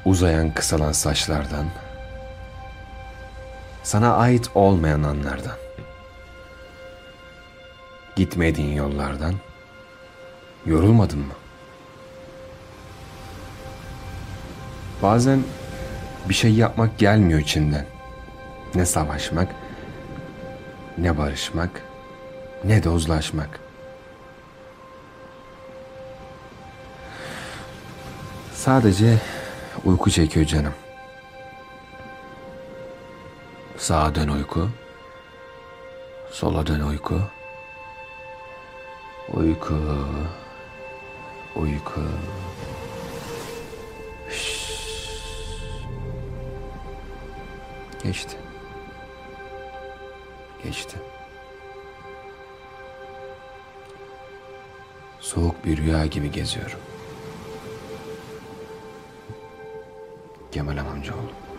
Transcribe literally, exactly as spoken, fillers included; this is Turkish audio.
Uzayan kısalan saçlardan, sana ait olmayan anlardan, gitmediğin yollardan yorulmadın mı? Bazen bir şey yapmak gelmiyor içinden. Ne savaşmak, ne barışmak, ne de uzlaşmak. Sadece uyku çekiyor canım. Sağa dön uyku, sola dön uyku. Uyku, uyku. Şşş. Geçti. Geçti. Soğuk bir rüya gibi geziyorum. Kemal Amamcıoğlu.